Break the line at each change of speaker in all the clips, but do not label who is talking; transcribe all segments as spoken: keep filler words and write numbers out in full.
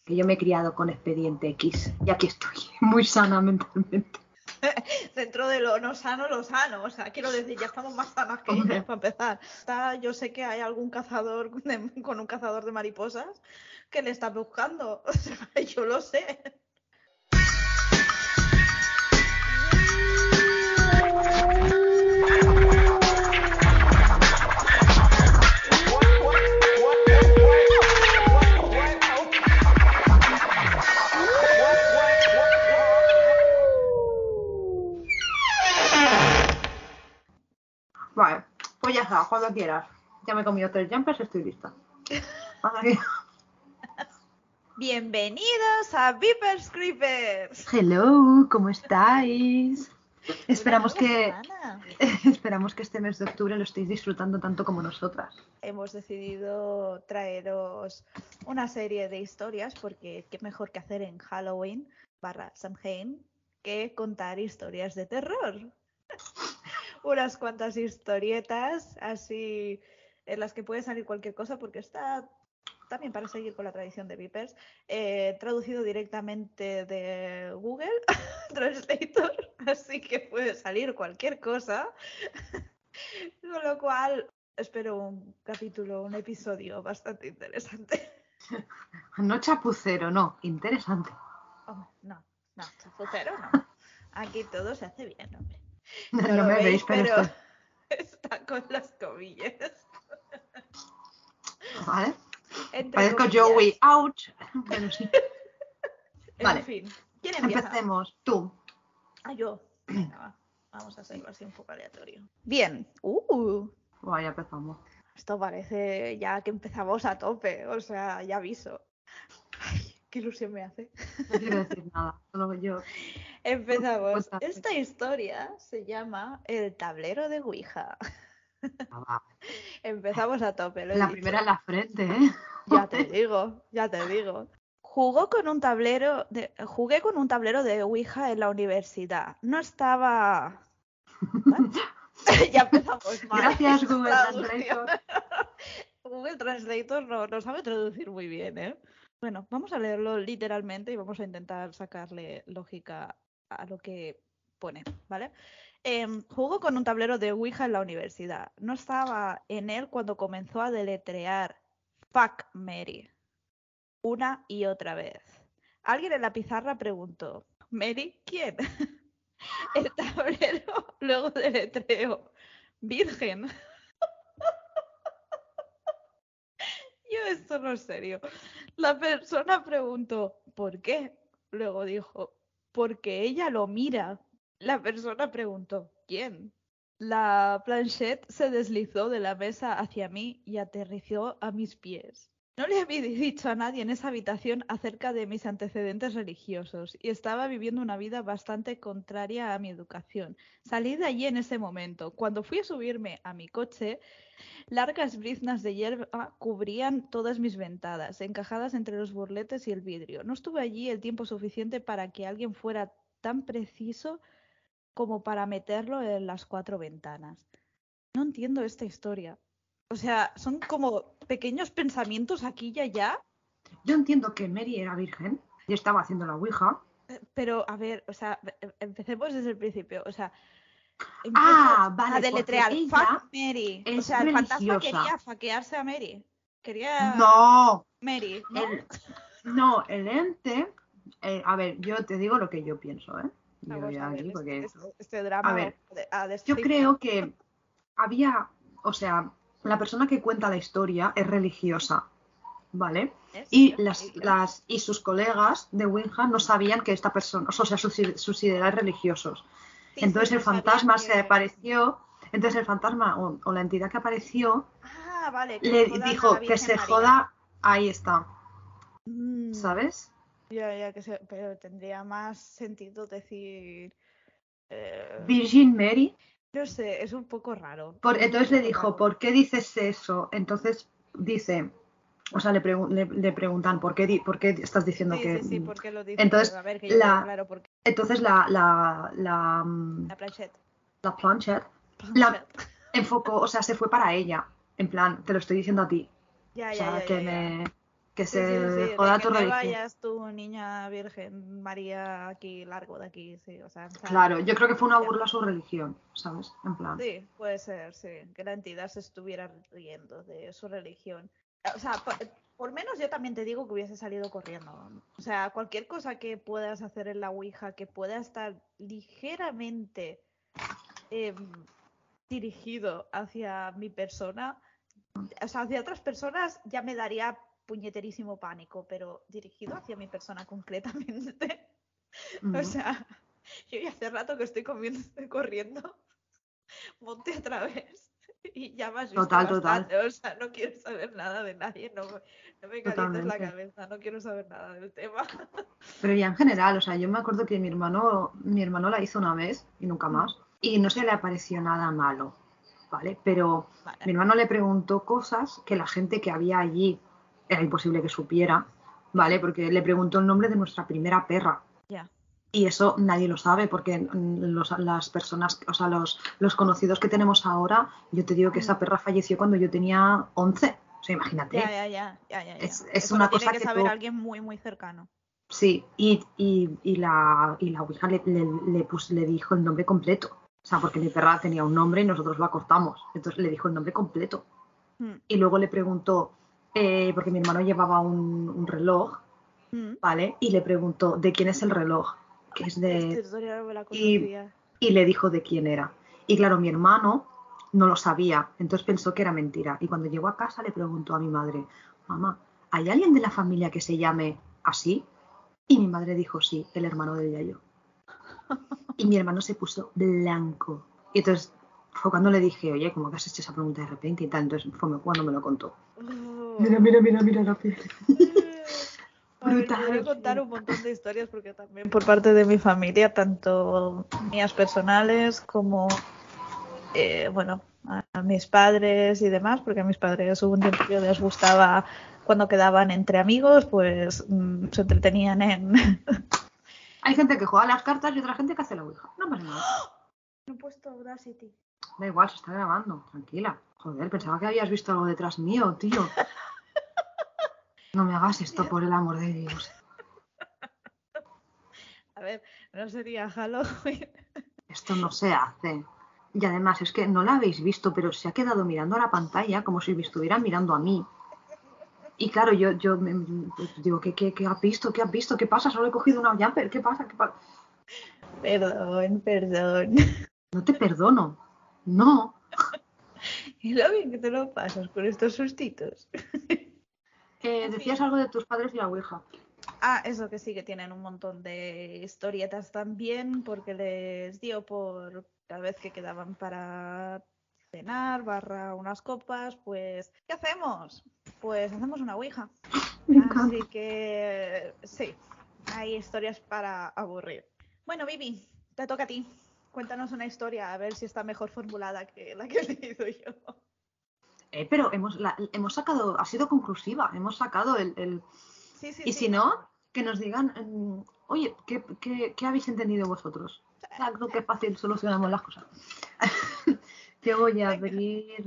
que yo me he criado con Expediente X y aquí estoy, muy sana mentalmente.
Dentro de lo no sano, lo sano. O sea, quiero decir, ya estamos más sanas que ellas, para empezar. Está, yo sé que hay algún cazador de, con un cazador de mariposas que le está buscando. O sea, yo lo sé.
Vale, pues ya está, cuando quieras. Ya me he comido tres jumpers, estoy lista.
Bienvenidos a Vipers Creepers.
Hello, ¿cómo estáis? Esperamos
Una nueva
que
semana.
esperamos que este mes de octubre lo estéis disfrutando tanto como nosotras.
Hemos decidido traeros una serie de historias porque qué mejor que hacer en Halloween barra Samhain que contar historias de terror. Unas cuantas historietas así en las que puede salir cualquier cosa porque está también para seguir con la tradición de Vipers, eh, traducido directamente de Google Translator, así que puede salir cualquier cosa. Con lo cual espero un capítulo, un episodio bastante interesante.
No chapucero, no, interesante.
Oh, no, no, chapucero no. Aquí todo se hace bien, hombre.
No,
No,
no
lo
me
veis,
veis, pero,
pero
estoy...
está con las comillas.
¿Vale?
Entre
Parezco
comillas.
Joey, ouch. Pero sí. Vale.
En fin, ¿quién empieza?
Empecemos, tú.
Ah, yo. Venga, va. Vamos a hacerlo así un poco aleatorio. Bien. Uh,
Bueno, ya empezamos.
esto parece ya que empezamos a tope. O sea, ya aviso. Ay, qué ilusión me hace.
No quiero decir nada, solo yo.
Empezamos.
Cuéntame.
Esta historia se llama El tablero de Ouija.
Ah, va.
Empezamos a tope, lo he
La
dicho.
primera en la frente, ¿eh?
Ya te digo, ya te digo. Jugó con un tablero de, jugué con un tablero de Ouija en la universidad. No estaba... Ya empezamos mal.
Gracias, Google Translator.
Google Translator no, no sabe traducir muy bien, ¿eh? Bueno, vamos a leerlo literalmente y vamos a intentar sacarle lógica a lo que pone, ¿vale? Eh, jugó con un tablero de Ouija en la universidad. No estaba en él cuando comenzó a deletrear Fuck Mary una y otra vez. Alguien en la pizarra preguntó, ¿Mary quién? El tablero luego deletreó Virgen. Yo esto no es serio. La persona preguntó, ¿por qué? Luego dijo, porque ella lo mira. La persona preguntó, ¿quién? La planchette se deslizó de la mesa hacia mí y aterrizó a mis pies. No le había dicho a nadie en esa habitación acerca de mis antecedentes religiosos y estaba viviendo una vida bastante contraria a mi educación. Salí de allí en ese momento. Cuando fui a subirme a mi coche, largas briznas de hierba cubrían todas mis ventanas, encajadas entre los burletes y el vidrio. No estuve allí el tiempo suficiente para que alguien fuera tan preciso como para meterlo en las cuatro ventanas. No entiendo esta historia. O sea, son como pequeños pensamientos aquí y allá.
Yo entiendo que Mary era virgen y estaba haciendo la Ouija.
Pero, a ver, o sea, empecemos desde el principio. O sea,
Ah, vale,
a deletrear
porque
fuck
ella
Mary. O
es
sea, el fantasma
religiosa.
quería faquearse a Mary. Quería
No.
Mary, ¿no?
El, no, el ente... eh, a ver, yo te digo lo que yo pienso, ¿eh? Yo
Vamos
ya
a ver,
aquí, porque...
este, este, este drama
A ver,
vamos a
yo
descifrar.
creo que había... O sea, la persona que cuenta la historia es religiosa, ¿vale?
¿Eh?
Y,
Sí,
las, las, y sus colegas de Ouija no sabían que esta persona, o sea, sus, sus ideales religiosos.
Sí,
entonces
sí,
el
no
fantasma
que...
se apareció, entonces el fantasma o, o la entidad que apareció
ah, vale, que
le
le
dijo que se
María.
joda, ahí está,
mm,
¿sabes?
Ya, ya, que se... pero tendría más sentido decir... Eh...
Virgin Mary.
No sé, es un poco raro.
Por, entonces le dijo,
raro.
¿por qué dices eso? Entonces dice, o sea, le, pregu le, le preguntan, ¿por qué, di ¿por qué estás diciendo
sí,
que...?
Sí, sí, ¿por qué lo dices?
Entonces,
A ver, que yo
la,
tengo claro por qué.
Entonces la... La, la,
la planchette.
La planchette. La enfocó, o sea, se fue para ella. En plan, te lo estoy diciendo a ti.
Ya,
o
ya,
sea,
ya,
que
ya,
me...
ya.
Que
Sí,
se
sí, sí,
joda
de que
tu
te
religión.
vayas tú, niña Virgen María, aquí, largo de aquí, sí, o sea, en plan,
Claro, yo creo que fue una
ya.
burla a su religión, ¿sabes? En plan.
Sí, puede ser, sí, que la entidad se estuviera riendo de su religión. O sea, por, por menos yo también te digo que hubiese salido corriendo. O sea, cualquier cosa que puedas hacer en la Ouija que pueda estar ligeramente em, dirigido hacia mi persona, o sea, hacia otras personas ya me daría puñeterísimo pánico, pero dirigido hacia mi persona concretamente. O
mm,
sea, yo ya hace rato que estoy comiendo, estoy corriendo, monte otra vez y ya me has visto
Total, total.
bastante. O sea, no quiero saber nada de nadie, no, me- no me calientes la
Totalmente.
cabeza, no quiero saber nada del tema.
Pero ya en general, o sea, yo me acuerdo que mi hermano, mi hermano la hizo una vez y nunca
Mm,
más, y no se le apareció nada malo, ¿vale? Pero mi
vale,
hermano le preguntó cosas que la gente que había allí era imposible que supiera, ¿vale? Porque le preguntó el nombre de nuestra primera perra.
ya.
Y eso nadie lo sabe porque mm, los, las personas, o sea, los, los conocidos que tenemos ahora, yo te digo que
Mm,
esa perra falleció cuando yo tenía once. O sea,
ya,
imagínate.
ya, ya, ya, ya, ya.
Es, es
Eso lo
una
tiene
cosa
que
que
saber
tú.
alguien muy, muy cercano.
Sí, y, y, y la, y la Ouija le, le, le, pus- le dijo el nombre completo. O sea, porque mi perra tenía un nombre y nosotros lo acortamos. Entonces le dijo el nombre completo.
Mm,
Y luego le preguntó, eh, porque mi hermano llevaba un, un reloj,
mm.
¿vale? Y le preguntó, ¿de quién es el reloj? Que es
Esta
de...
historia no me la
Y,
conocía.
y le dijo de quién era. Y claro, mi hermano no lo sabía, entonces pensó que era mentira. Y cuando llegó a casa le preguntó a mi madre, mamá, ¿hay alguien de la familia que se llame así? Y mi madre dijo sí, el hermano de Yayo. Y mi hermano se puso blanco. Y entonces fue cuando le dije, oye, ¿cómo que has hecho esa pregunta de repente y tal? Entonces fue cuando me lo contó. Mira,
Oh.
mira, mira, mira la piel.
A ver, podría
Brutal.
contar un montón de historias porque también por parte de mi familia, tanto mías personales como, eh, bueno, a, a mis padres y demás, porque a mis padres hubo un tiempo que les gustaba cuando quedaban entre amigos, pues mm, se entretenían en...
Hay gente que juega a las cartas y otra gente que hace la ouija. No pasa nada.
No he puesto Audacity.
Da igual, se está grabando. Tranquila. Joder, pensaba que habías visto algo detrás mío, tío. No me hagas esto, por el amor de Dios.
A ver, no sería Halloween.
Esto no se hace. Y además es que no la habéis visto, pero se ha quedado mirando a la pantalla como si me estuviera mirando a mí. Y claro, yo, yo me, pues digo, ¿qué, qué, ¿qué has visto? ¿Qué has visto? ¿Qué pasa? Solo he cogido una jumper. ¿Qué pasa? ¿Qué pasa?
Perdón, perdón.
No te perdono. No.
Y lo bien que te lo pasas con estos sustitos.
Eh,
En
decías
fin.
algo de tus padres y la ouija.
Ah, eso que sí, que tienen un montón de historietas también, porque les dio por cada vez que quedaban para cenar, barra unas copas, pues, ¿qué hacemos? Pues hacemos una ouija.
Me encanta.
Así que sí, hay historias para aburrir. Bueno, Vivi, te toca a ti. Cuéntanos una historia, a ver si está mejor formulada que la que he leído yo.
Eh, pero hemos, la, hemos sacado, ha sido conclusiva. Hemos sacado el, el...
Sí, sí,
Y si
sí.
no, que nos digan, mm, oye, ¿qué, qué, ¿qué habéis entendido vosotros? O sea, creo que fácil solucionamos las cosas. Yo voy a
Venga,
abrir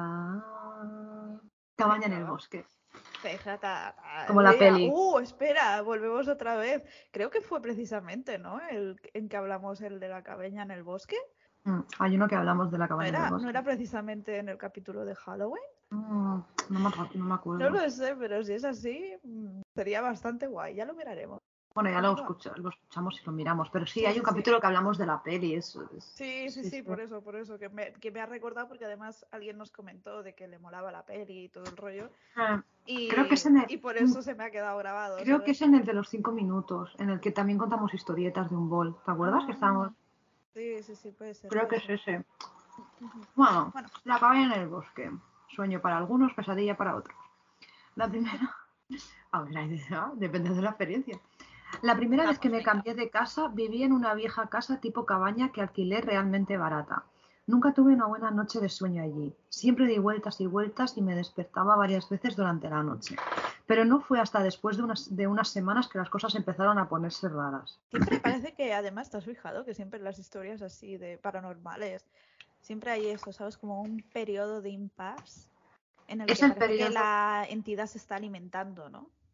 la cabaña en
venga,
el
va.
bosque,
Venga, ta- ta-
como la
vea.
peli.
Uh, espera, volvemos otra vez. Creo que fue precisamente, ¿no? El en que hablamos el de la cabaña en el bosque.
Mm, hay uno que hablamos de la
¿No
cabaña en el
era, no
bosque.
era precisamente en el capítulo de Halloween?
Mm, no, me, acu- no me
No
acuerdo.
lo sé, pero si es así, mm, sería bastante guay. Ya lo miraremos.
Bueno, ya lo,
Continúa.
escucha- lo escuchamos y lo miramos. Pero sí,
Sí,
hay un
sí, sí.
capítulo que hablamos de la peli. Eso es,
Sí, sí,
sí,
sí,
sí.
por eso, por eso, que me, que me ha recordado porque además alguien nos comentó de que le molaba la peli y todo el rollo.
Ah, creo que es
Y,
en el,
y por
mm,
eso se me ha quedado grabado,
creo que
¿sabes?
es en el de los cinco minutos, en el que también contamos historietas de un bol. ¿Te acuerdas que estábamos?
Ah, sí, sí, sí, puede ser,
Creo
puede
que es
ser.
ese.
Ujú.
Bueno,
Bueno,
la cabaña en el bosque. Sueño para algunos, pesadilla para otros. La primera, a ver, la idea depende de la experiencia. La primera vez que
vamos,
me
venga.
cambié de casa, viví en una vieja casa tipo cabaña que alquilé realmente barata. Nunca tuve una buena noche de sueño allí. Siempre di vueltas y vueltas y me despertaba varias veces durante la noche. Pero no fue hasta después de unas, de unas semanas que las cosas empezaron a ponerse raras.
Siempre parece que además te has fijado que siempre en las historias así de paranormales, siempre hay eso, ¿sabes? Como un periodo de impasse en el
Es
que
el
parece que
periodo,
la entidad se está alimentando, ¿no?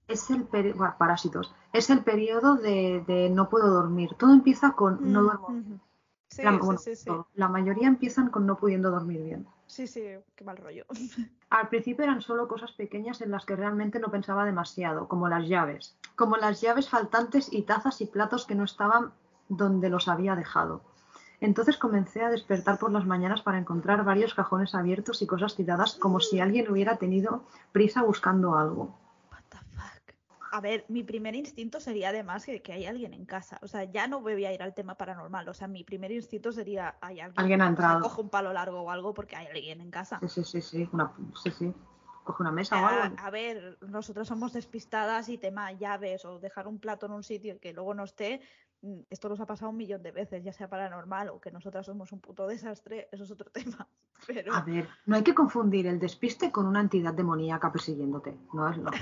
Es el periodo, bueno, parásitos, es el periodo de, de no puedo dormir. Todo empieza con no
Mm,
duermo bien.
ujú.
La,
Sí, sí,
bueno,
sí, sí.
todo. La mayoría empiezan con no pudiendo dormir bien.
Sí, sí, qué mal rollo.
Al principio eran solo cosas pequeñas en las que realmente no pensaba demasiado, como las llaves. Como las llaves faltantes y tazas y platos que no estaban donde los había dejado. Entonces comencé a despertar por las mañanas para encontrar varios cajones abiertos y cosas tiradas como si alguien hubiera tenido prisa buscando algo.
What the fuck. A ver, mi primer instinto sería además que, que hay alguien en casa. O sea, ya no voy a ir al tema paranormal. O sea, mi primer instinto sería hay alguien.
Alguien ha
O sea,
entrado.
cojo un palo largo o algo porque hay alguien en casa.
Sí, sí, sí, sí. Una, sí, sí. Coge una
Eh,
mesa o
a,
algo.
a ver, nosotros somos despistadas y tema llaves o dejar un plato en un sitio y que luego no esté. mm, Esto nos ha pasado un millón de veces, ya sea paranormal o que nosotras somos un puto desastre, eso es otro tema.
A
Pero,
ver, no hay que confundir el despiste con una entidad demoníaca persiguiéndote. No es no.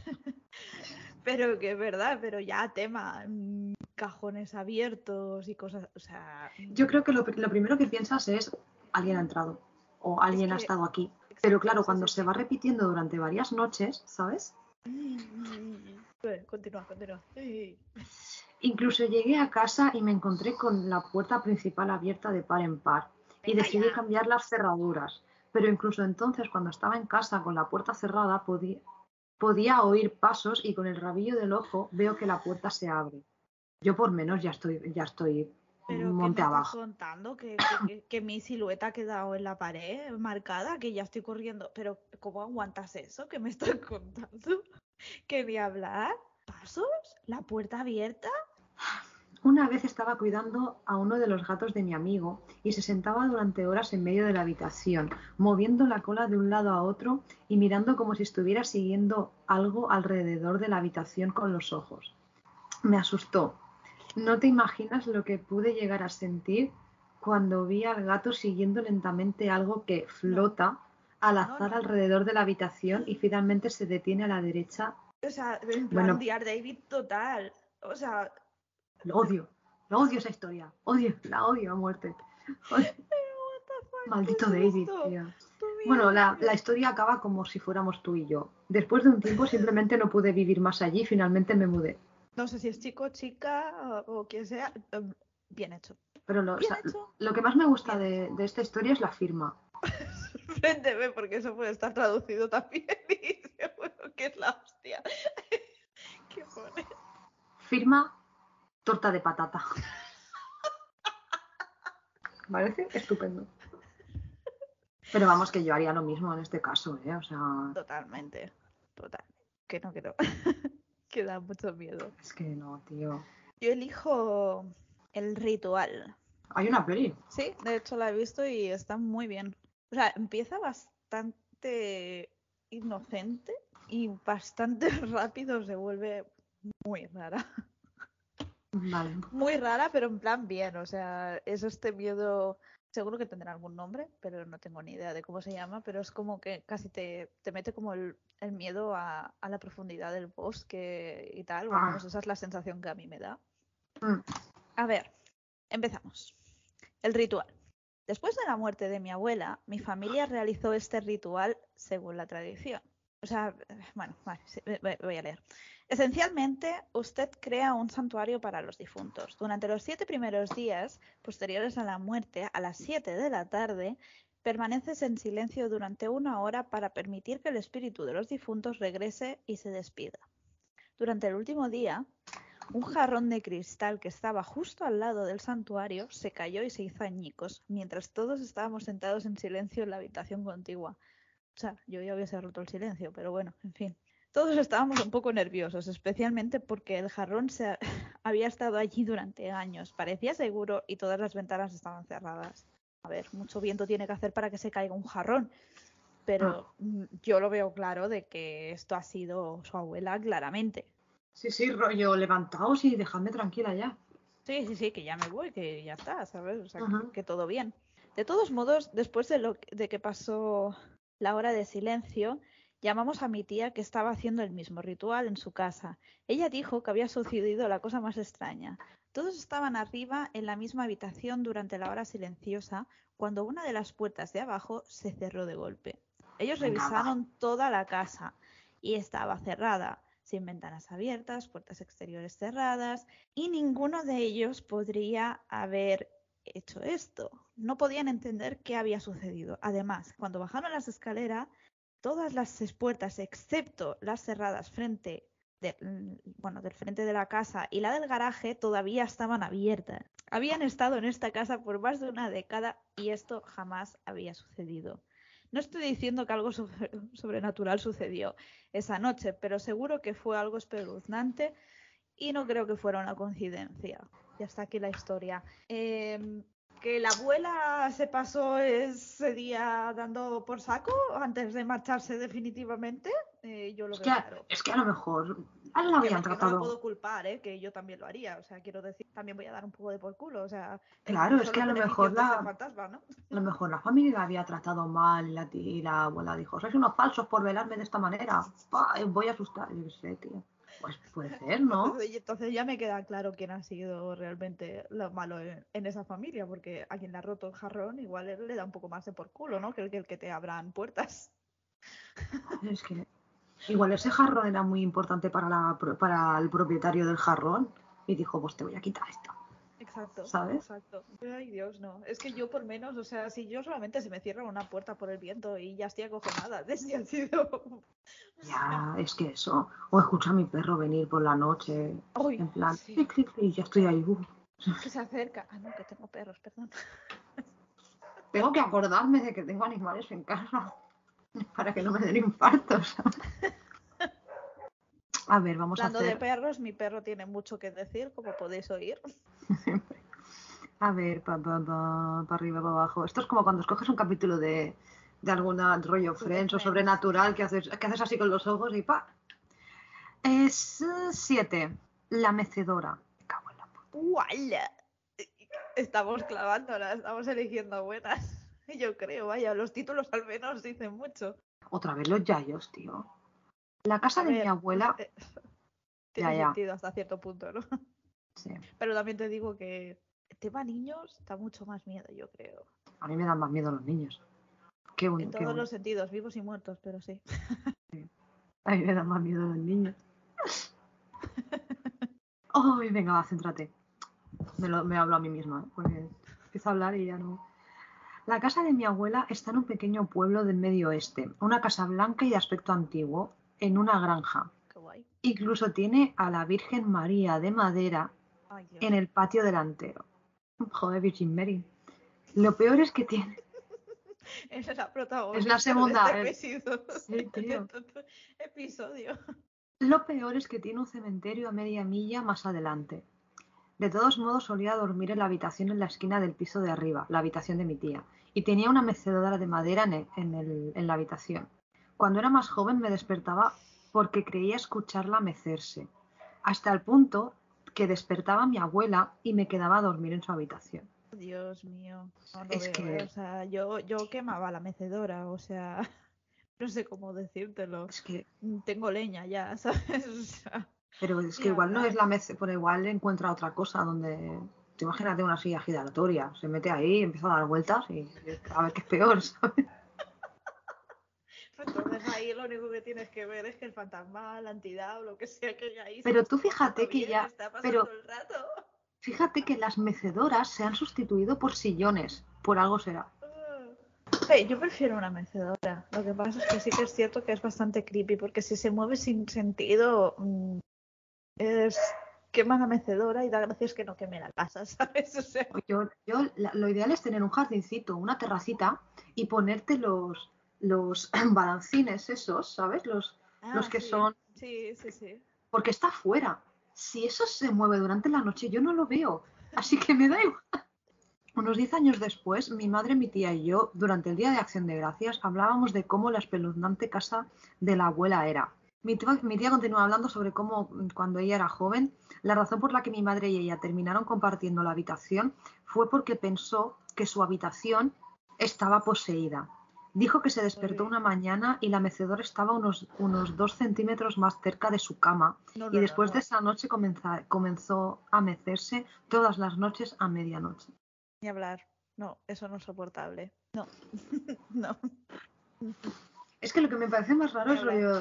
pero que es verdad, pero ya tema, mm, cajones abiertos y cosas, o sea,
Yo
mm,
creo que lo, lo primero que piensas es alguien ha entrado o
es
alguien ha
que,
estado aquí. Pero
exacto,
claro,
sí,
cuando
sí,
se
sí.
va repitiendo durante varias noches, ¿sabes?
Bueno, continúa, continúa. Sí.
Incluso llegué a casa y me encontré con la puerta principal abierta de par en par y
Venga
decidí
ya.
cambiar las cerraduras. Pero incluso entonces, cuando estaba en casa con la puerta cerrada, podía, podía oír pasos y con el rabillo del ojo veo que la puerta se abre. Yo por menos ya estoy, ya estoy
Pero ¿qué me
monte
estás
abajo.
contando? ¿Que, que, que, que mi silueta ha quedado en la pared marcada, que ya estoy corriendo. Pero ¿cómo aguantas eso? ¿Qué me estás contando? ¿Que ni hablar? ¿Pasos? ¿La puerta abierta?
Una vez estaba cuidando a uno de los gatos de mi amigo y se sentaba durante horas en medio de la habitación, moviendo la cola de un lado a otro y mirando como si estuviera siguiendo algo alrededor de la habitación con los ojos. Me asustó. No te imaginas lo que pude llegar a sentir cuando vi al gato siguiendo lentamente algo que
No,
flota al
no,
azar
no.
alrededor de la habitación y finalmente se detiene a la derecha.
O sea, en plan
Bueno,
Dear David total. O sea,
lo odio, lo odio esa historia, odio, la odio a muerte. Odio.
what the fuck, qué
Maldito David,
susto.
tío.
Tu
Bueno,
miedo,
la, la
tío.
historia acaba como si fuéramos tú y yo. Después de un tiempo simplemente no pude vivir más allí y finalmente me mudé.
No sé si es chico, chica o, o quien sea. em, Bien hecho.
Pero lo, o
Bien
sea,
hecho,
lo que más me gusta
bien hecho.
de, de esta historia es la firma.
Véndeme, porque eso puede estar traducido también y seguro que es la hostia. ¿Qué pone?
Firma torta de patata. Parece estupendo. Pero vamos, que yo haría lo mismo en este caso, ¿eh? O sea,
Totalmente, total. Que no quiero. Que da mucho miedo.
es que no, tío.
Yo elijo el ritual.
Hay una peli.
Sí, de hecho la he visto y está muy bien. O sea, empieza bastante inocente y bastante rápido se vuelve muy rara.
Vale.
Muy rara, pero en plan bien. O sea, es este miedo. Seguro que tendrá algún nombre, pero no tengo ni idea de cómo se llama. Pero es como que casi te, te mete como el, el miedo a, a la profundidad del bosque y tal. O al menos
Ah,
esa es la sensación que a mí me da.
mm,
A ver, empezamos. El ritual. Después de la muerte de mi abuela, mi familia realizó este ritual según la tradición. O sea, bueno, vale, sí, voy a leer. Esencialmente, usted crea un santuario para los difuntos. Durante los siete primeros días posteriores a la muerte, a las siete de la tarde, permaneces en silencio durante una hora para permitir que el espíritu de los difuntos regrese y se despida. Durante el último día, un jarrón de cristal que estaba justo al lado del santuario se cayó y se hizo añicos, mientras todos estábamos sentados en silencio en la habitación contigua. O sea, yo ya hubiese roto el silencio, pero bueno, en fin. Todos estábamos un poco nerviosos, especialmente porque el jarrón se había estado allí durante años. Parecía seguro y todas las ventanas estaban cerradas. A ver, mucho viento tiene que hacer para que se caiga un jarrón,
mm.
pero yo lo veo claro de que esto ha sido su abuela claramente.
Sí, sí, rollo, levantaos y dejadme tranquila ya.
Sí, sí, sí, que ya me voy, que ya está, ¿sabes? O sea, que,
Ujú.
que todo bien. De todos modos, después de, lo, de que pasó la hora de silencio, llamamos a mi tía que estaba haciendo el mismo ritual en su casa. Ella dijo que había sucedido la cosa más extraña. Todos estaban arriba en la misma habitación durante la hora silenciosa cuando una de las puertas de abajo se cerró de golpe. Ellos
Venga, va.
revisaron toda la casa y estaba cerrada. sin ventanas abiertas, puertas exteriores cerradas, y ninguno de ellos podría haber hecho esto. No podían entender qué había sucedido. Además, cuando bajaron las escaleras, todas las puertas, excepto las cerradas frente de, bueno, del frente de la casa y la del garaje, todavía estaban abiertas. Habían estado en esta casa por más de una década y esto jamás había sucedido. No estoy diciendo que algo sobre, sobrenatural sucedió esa noche, pero seguro que fue algo espeluznante y no creo que fuera una coincidencia. Y hasta aquí la historia. Eh, que la abuela se pasó ese día dando por saco antes de marcharse definitivamente, eh, yo lo
Es
veo
que,
claro.
es que a lo mejor a él lo
Y a
habían
ver, que no la
tratado.
puedo culpar, ¿eh? Que yo también lo haría. O sea, quiero decir, también voy a dar un poco de por culo. O sea,
Claro,
el,
es
son
que a
los
lo mejor
beneficios de ser
la,
fantasma, ¿no?
a lo mejor la familia la había tratado mal y la, ti- y la abuela dijo, sois unos falsos por velarme de esta manera. Pa, os voy a asustar. Yo qué sé, tío. Pues puede ser, ¿no?
Entonces, entonces ya me queda claro quién ha sido realmente lo malo en, en esa familia, porque a quien le ha roto el jarrón igual él le da un poco más de por culo, ¿no? Que el que, el que te abran puertas.
Es que igual ese jarrón era muy importante para, la, pro- para el propietario del jarrón y dijo, pues te voy a quitar esto,
Exacto,
¿sabes?
exacto. Ay, Dios, no. Es que yo por menos, o sea, si yo solamente se me cierra una puerta por el viento y ya estoy acojonada, desde ha sido...
Ya, es que eso. O escucha a mi perro venir por la noche,
Uy,
en plan,
sí,
clic, clic, y ya estoy ahí. uh.
que se acerca. Ah, no, que tengo perros, perdón.
Tengo que acordarme de que tengo animales en casa para que no me den infartos. A ver, vamos a
Hablando de
hacer.
perros, mi perro tiene mucho que decir, como podéis oír.
A ver, pa, pa, pa, para arriba, para abajo. Esto es como cuando escoges un capítulo de, de alguna rollo
De
Friends o
Friends.
sobrenatural que haces, que haces así con los ojos y pa. Es eh, siete. La mecedora. Me cago en la puta.
¡Uala! Estamos clavándolas, estamos eligiendo buenas. Yo creo, vaya, los títulos al menos dicen mucho.
Otra vez los yayos, tío. La casa
A
de mi
ver,
abuela.
eh,
Ya,
tiene
ya.
sentido hasta cierto punto, ¿no?
Sí.
Pero también te digo que el tema niños da mucho más miedo, yo creo.
A mí me dan más miedo los niños. Qué
En
uno, qué
todos
uno.
los sentidos, vivos y muertos, pero sí.
A mí me dan más miedo los niños. Ay, venga, va, céntrate. Me, lo, me hablo a mí misma, ¿eh? Porque empiezo a hablar y ya no. La casa de mi abuela está en un pequeño pueblo del medio oeste, una casa blanca y de aspecto antiguo, en una granja.
Qué guay.
Incluso tiene a la Virgen María de madera
Ay, Dios.
en el patio delantero. Joder, Virgin Mary. Lo peor es que tiene.
Esa es la
Es la
protagonista de este
segunda. El...
episodio.
Sí,
De
tío.
este episodio.
Lo peor es que tiene un cementerio a media milla más adelante. De todos modos, solía dormir en la habitación en la esquina del piso de arriba, la habitación de mi tía, y tenía una mecedora de madera en, el- en el- en la habitación. Cuando era más joven me despertaba porque creía escucharla mecerse, hasta el punto que despertaba a mi abuela y me quedaba a dormir en su habitación.
Dios mío, no lo
Es
veo, ¿eh?
que,
O sea, yo, yo quemaba la mecedora, o sea, no sé cómo decírtelo.
es que,
Tengo leña ya, ¿sabes? O sea,
pero es que
ni
igual no es
hablar.
la mecedora, pero igual encuentra otra cosa donde, te imagínate una silla giratoria, se mete ahí, empieza a dar vueltas y a ver qué es peor, ¿sabes?
Entonces ahí lo único que tienes que ver es que el fantasma, la entidad o lo que sea que haya ahí se lo
Pero tú
está pasando
fíjate que
bien,
ya,
está pasando
pero
el rato.
fíjate que las mecedoras se han sustituido por sillones, por algo será.
Hey, yo prefiero una mecedora. Lo que pasa es que sí que es cierto que es bastante creepy, porque si se mueve sin sentido, mmm, es quema la mecedora y da gracias que no queme la casa, ¿sabes? O sea,
Yo, yo, la- lo ideal es tener un jardincito, una terracita y ponerte los, los balancines esos, ¿sabes? Los, los
ah,
que
sí,
son,
sí, sí, sí.
porque está fuera. Si eso se mueve durante la noche, yo no lo veo. Así que me da igual. Unos diez años después, mi madre, mi tía y yo, durante el Día de Acción de Gracias, hablábamos de cómo la espeluznante casa de la abuela era. Mi tía, mi tía continúa hablando sobre cómo, mm, cuando ella era joven, la razón por la que mi madre y ella terminaron compartiendo la habitación fue porque pensó que su habitación estaba poseída. Dijo que se despertó
Uy,
una mañana y la mecedora estaba unos, unos dos centímetros más cerca de su cama
no,
y
no, no,
después de
no.
esa noche comenza- comenzó a mecerse todas las noches a medianoche.
Ni hablar. No, eso no es soportable. No, no,
Es que lo que me parece más raro
ni
es
hablar.
rollo,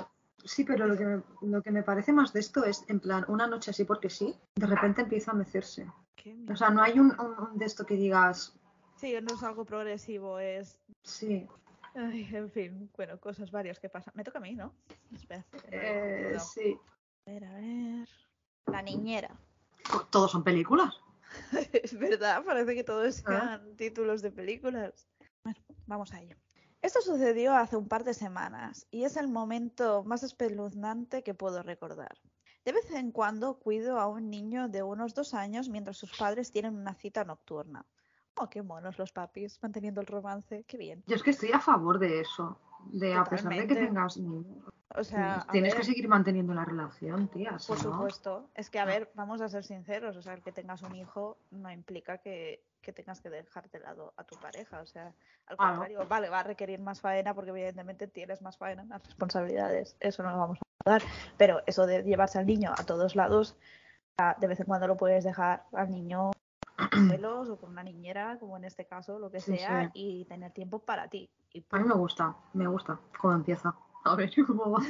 Sí, pero lo que, me, lo que me parece más de esto es, en plan, una noche así porque sí, de repente empieza a mecerse. O sea, no hay un, un, un de esto que digas...
Sí, no es algo progresivo, es...
Sí.
Ay, en fin, bueno, cosas varias que pasan. Me toca a mí, ¿no? Espera, que no
Eh, sí.
A ver, a ver... La niñera.
Todos son películas.
Es verdad, parece que todos
¿Ah?
sean títulos de películas. Bueno, vamos a ello. Esto sucedió hace un par de semanas y es el momento más espeluznante que puedo recordar. De vez en cuando cuido a un niño de unos dos años mientras sus padres tienen una cita nocturna. Oh, qué monos los papis, manteniendo el romance, qué bien.
Yo es que estoy a favor de eso, de a pesar de que
Totalmente.
tengas niños,
O sea, a
tienes
ver,
que seguir manteniendo la relación, tía, si
por
no...
supuesto. Es que, a ver, vamos a ser sinceros. O sea, el que tengas un hijo no implica que, que tengas que dejar de lado a tu pareja. O sea, al
Claro.
contrario, vale, va a requerir más faena porque evidentemente tienes más faena, más responsabilidades. Eso no lo vamos a dar. Pero eso de llevarse al niño a todos lados, de vez en cuando lo puedes dejar al niño con abuelos o con una niñera, como en este caso, lo que
Sí,
sea,
sí.
y tener tiempo para ti. Y
A mí me gusta, me gusta cómo empieza. A ver cómo va.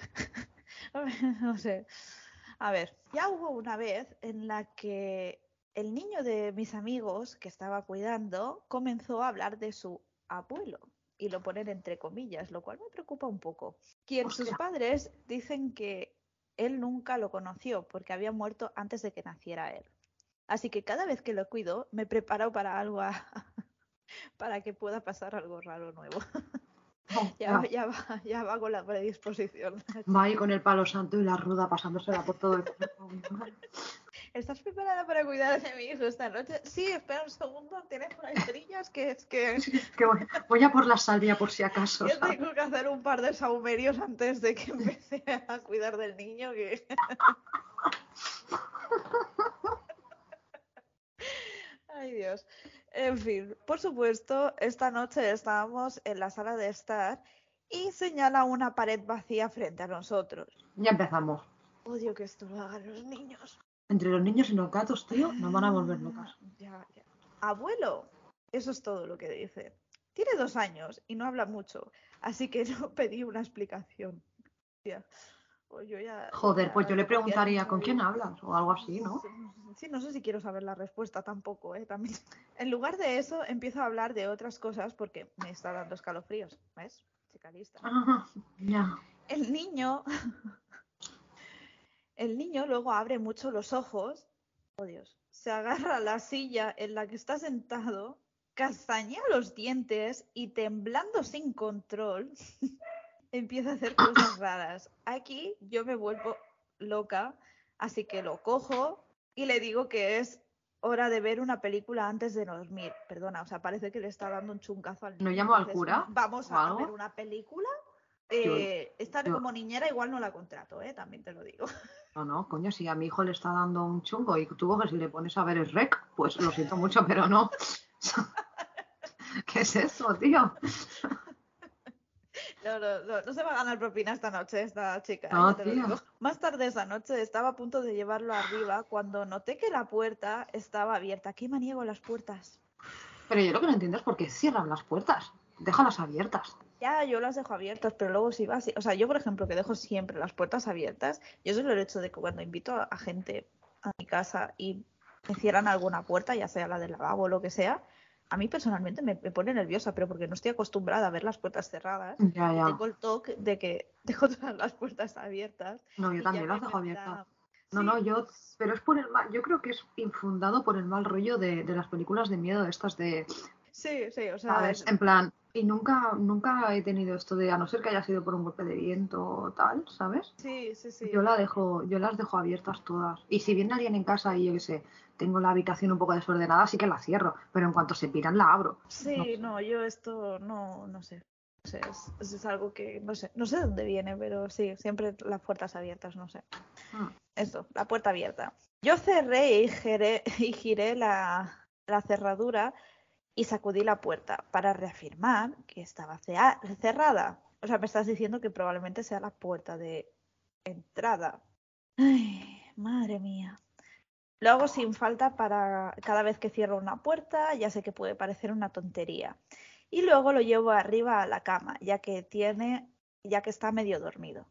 No sé. A ver, ya hubo una vez en la que el niño de mis amigos que estaba cuidando comenzó a hablar de su abuelo. Y lo ponen entre comillas, lo cual me preocupa un poco. Quien sus
Hostia.
padres dicen que él nunca lo conoció porque había muerto antes de que naciera él. Así que cada vez que lo cuido me preparo para algo a... para que pueda pasar algo raro nuevo.
Oh,
ya,
ya.
ya, va, ya va con la predisposición.
Va ahí con el palo santo y la ruda pasándosela por todo el cuerpo.
¿Estás preparada para cuidar de mi hijo esta noche? Sí, espera un segundo, tienes unas trillas que es que...
que voy, voy a por la salvia por si acaso.
Yo
¿sabes?
tengo que hacer un par de saumerios antes de que empiece a cuidar del niño. Que... Ay, Dios. En fin, por supuesto, esta noche estábamos en la sala de estar y señala una pared vacía frente a nosotros.
Ya empezamos.
Odio que esto lo hagan los niños.
Entre los niños y los gatos, tío, nos van a volver locas.
Ya, ya. Abuelo, eso es todo lo que dice. Tiene dos años y no habla mucho, así que no pedí una explicación. Ya. Pues yo ya, yo
Joder,
ya
pues yo le
lo cogía en
preguntaría con quién
serio.
hablas o algo así, ¿no?
Sí, no sé si quiero saber la respuesta tampoco, ¿eh? También. En lugar de eso, empiezo a hablar de otras cosas porque me está dando escalofríos. ¿Ves? Chica lista.
Ah, ya.
El niño... El niño luego abre mucho los ojos. Oh, Dios. Se agarra a la silla en la que está sentado, castañea los dientes y temblando sin control, empieza a hacer cosas raras. Aquí yo me vuelvo loca, así que lo cojo y le digo que es hora de ver una película antes de dormir. Perdona, o sea, parece que le está dando un chungazo al
¿No
niño.
llamo al
Entonces,
cura
vamos
o
a, a ver
algo?
una película.
Yo,
Eh, estar
yo,
como niñera igual no la contrato, ¿eh? También te lo digo.
no, no, coño, si a mi hijo le está dando un chungo y tú coges y le pones a ver el rec, pues lo siento mucho, pero no. ¿Qué es eso, tío?
No, no, no, no se va a ganar propina esta noche esta chica, ¿eh?
No,
Ya te lo
tío.
digo. Más tarde esa noche estaba a punto de llevarlo arriba cuando noté que la puerta estaba abierta. ¿Qué maniego las puertas?
Pero yo lo que no entiendo es por qué cierran las puertas. Déjalas abiertas.
Ya, yo las dejo abiertas, pero luego si vas... O sea, yo, por ejemplo, que dejo siempre las puertas abiertas, yo solo el hecho de que cuando invito a, a gente a mi casa y me cierran alguna puerta, ya sea la del lavabo o lo que sea, a mí personalmente me, me pone nerviosa, pero porque no estoy acostumbrada a ver las puertas cerradas
Ya,
y
ya.
tengo el toque de que dejo todas las puertas abiertas
No, yo
y ya
también
me,
las
me
dejo abiertas.
da...
No,
Sí,
no, yo, pero es por el mal, yo creo que es infundado por el mal rollo de, de las películas de miedo estas de,
sí, sí, o sea,
¿sabes?
es...
En plan, y nunca, nunca he tenido esto de, a no ser que haya sido por un golpe de viento o tal, ¿sabes?
Sí, sí, sí,
Yo
yo
la
también.
dejo, yo las dejo abiertas todas. Y si viene alguien en casa y yo qué sé, tengo la habitación un poco desordenada, sí que la cierro, pero en cuanto se piran la abro. No
Sí,
sé.
no, yo esto no, no sé. No sé, es, es algo que no sé, no sé de dónde viene, pero sí, siempre las puertas abiertas, no sé.
Mm.
Eso, la puerta abierta. Yo cerré y giré, y giré la, la cerradura y sacudí la puerta para reafirmar que estaba cea- cerrada. O sea, me estás diciendo que probablemente sea la puerta de entrada. Ay, madre mía. Lo hago sin falta para cada vez que cierro una puerta, ya sé que puede parecer una tontería. Y luego lo llevo arriba a la cama, ya que tiene, ya que está medio dormido.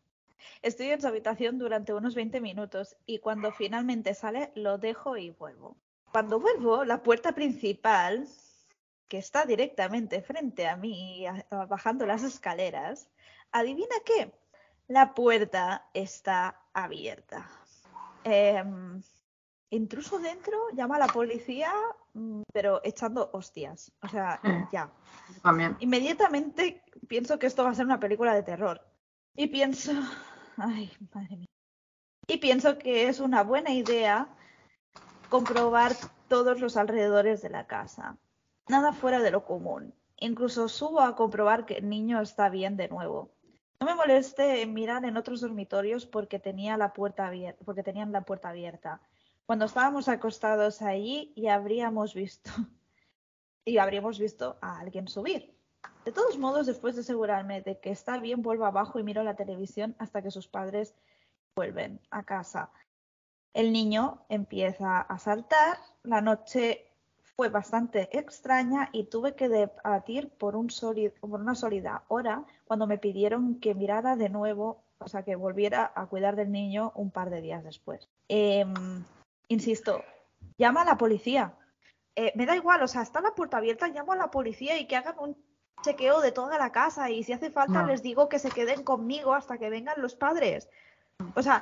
Estoy en su habitación durante unos veinte minutos y cuando finalmente sale lo dejo y vuelvo. Cuando vuelvo, la puerta principal, que está directamente frente a mí, bajando las escaleras, ¿adivina qué? La puerta está abierta. Eh, intruso dentro, llama a la policía, pero echando hostias. O sea,
Sí,
ya.
también.
Inmediatamente pienso que esto va a ser una película de terror. Y pienso... Ay, madre mía. Y pienso que es una buena idea comprobar todos los alrededores de la casa. Nada fuera de lo común. Incluso subo a comprobar que el niño está bien de nuevo. No me moleste en mirar en otros dormitorios porque, tenía la puerta abierta, porque tenían la puerta abierta. Cuando estábamos acostados allí y habríamos visto y habríamos visto a alguien subir. De todos modos, después de asegurarme de que está bien, vuelvo abajo y miro la televisión hasta que sus padres vuelven a casa. El niño empieza a saltar. La noche fue bastante extraña y tuve que debatir por, un sólid, por una sólida hora cuando me pidieron que mirara de nuevo, o sea, que volviera a cuidar del niño un par de días después. Eh, insisto, llama a la policía. Eh, me da igual, o sea, está la puerta abierta, llamo a la policía y que hagan un chequeo de toda la casa y si hace falta
No.
les digo que se queden conmigo hasta que vengan los padres. O sea,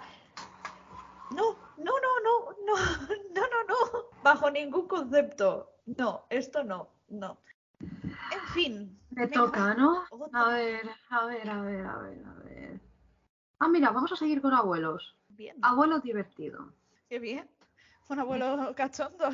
no, no, no, no, no, no, no, no, bajo ningún concepto. No, esto no, no. En fin.
Me
Venga,
toca, ¿no?
otra.
A ver, a ver, a ver, a ver, a ver. Ah, mira, vamos a seguir con abuelos.
Bien,
Abuelo divertido.
qué bien. Un abuelo cachondo.